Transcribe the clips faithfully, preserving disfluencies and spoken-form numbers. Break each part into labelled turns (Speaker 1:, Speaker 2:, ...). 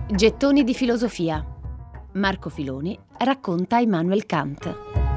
Speaker 1: Gettoni di filosofia. Marco Filoni racconta Immanuel Kant.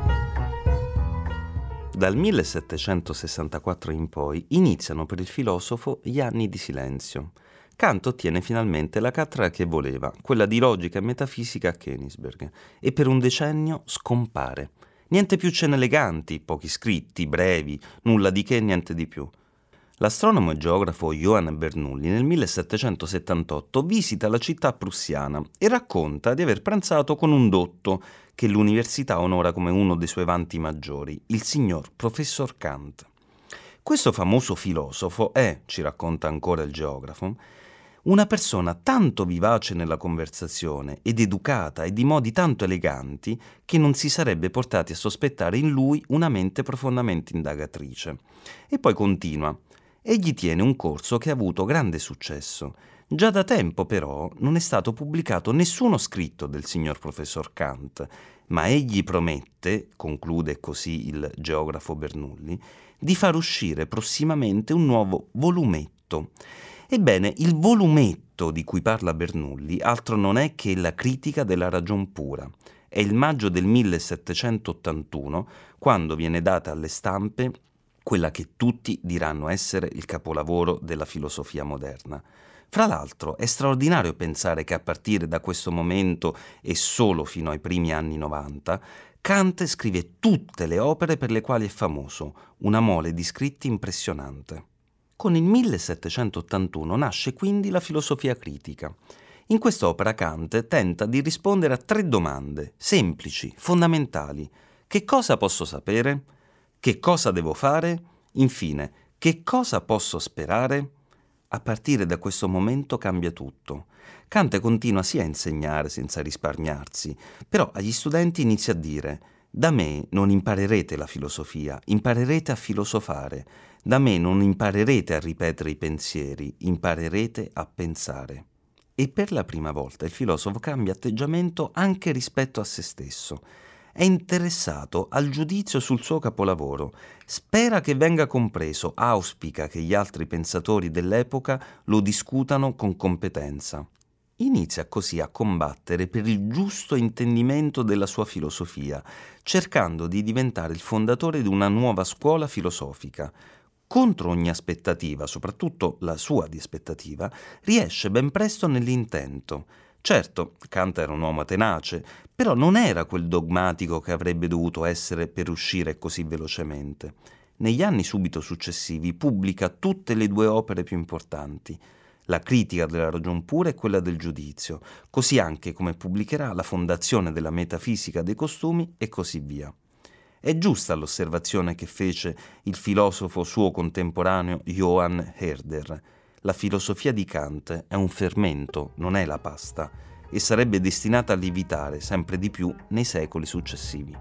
Speaker 2: Dal millesettecentosessantaquattro in poi iniziano per il filosofo gli anni di silenzio. Kant ottiene finalmente la cattedra che voleva, quella di logica e metafisica a Königsberg, e per un decennio scompare. Niente più scene eleganti, pochi scritti, brevi, nulla di che, niente di più. L'astronomo e geografo Johann Bernoulli nel millesettecentosettantotto visita la città prussiana e racconta di aver pranzato con un dotto che l'università onora come uno dei suoi vanti maggiori, il signor professor Kant. Questo famoso filosofo è, ci racconta ancora il geografo, una persona tanto vivace nella conversazione ed educata e di modi tanto eleganti che non si sarebbe portati a sospettare in lui una mente profondamente indagatrice. E poi continua. Egli tiene un corso che ha avuto grande successo. Già da tempo, però, non è stato pubblicato nessuno scritto del signor professor Kant, ma egli promette, conclude così il geografo Bernoulli, di far uscire prossimamente un nuovo volumetto. Ebbene, il volumetto di cui parla Bernoulli altro non è che la critica della ragion pura. È il maggio del millesettecentottantuno, quando viene data alle stampe quella che tutti diranno essere il capolavoro della filosofia moderna. Fra l'altro è straordinario pensare che a partire da questo momento e solo fino ai primi anni novanta, Kant scrive tutte le opere per le quali è famoso, una mole di scritti impressionante. Con il millesettecentottantuno nasce quindi la filosofia critica. In quest'opera Kant tenta di rispondere a tre domande, semplici, fondamentali. Che cosa posso sapere? Che cosa devo fare? Infine, che cosa posso sperare? A partire da questo momento cambia tutto. Kant continua sì a insegnare senza risparmiarsi, però agli studenti inizia a dire: da me non imparerete la filosofia, imparerete a filosofare. Da me non imparerete a ripetere i pensieri, imparerete a pensare. E per la prima volta il filosofo cambia atteggiamento anche rispetto a se stesso. È interessato al giudizio sul suo capolavoro, spera che venga compreso, auspica che gli altri pensatori dell'epoca lo discutano con competenza. Inizia così a combattere per il giusto intendimento della sua filosofia, cercando di diventare il fondatore di una nuova scuola filosofica. Contro ogni aspettativa, soprattutto la sua di aspettativa, riesce ben presto nell'intento. Certo, Kant era un uomo tenace, però non era quel dogmatico che avrebbe dovuto essere per uscire così velocemente. Negli anni subito successivi pubblica tutte le due opere più importanti, la critica della ragion pura e quella del giudizio, così anche come pubblicherà la fondazione della metafisica dei costumi e così via. È giusta l'osservazione che fece il filosofo suo contemporaneo Johann Herder. La filosofia di Kant è un fermento, non è la pasta, e sarebbe destinata a lievitare sempre di più nei secoli successivi.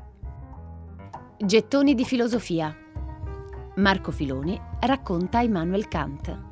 Speaker 1: Gettoni di filosofia. Marco Filoni racconta Immanuel Kant.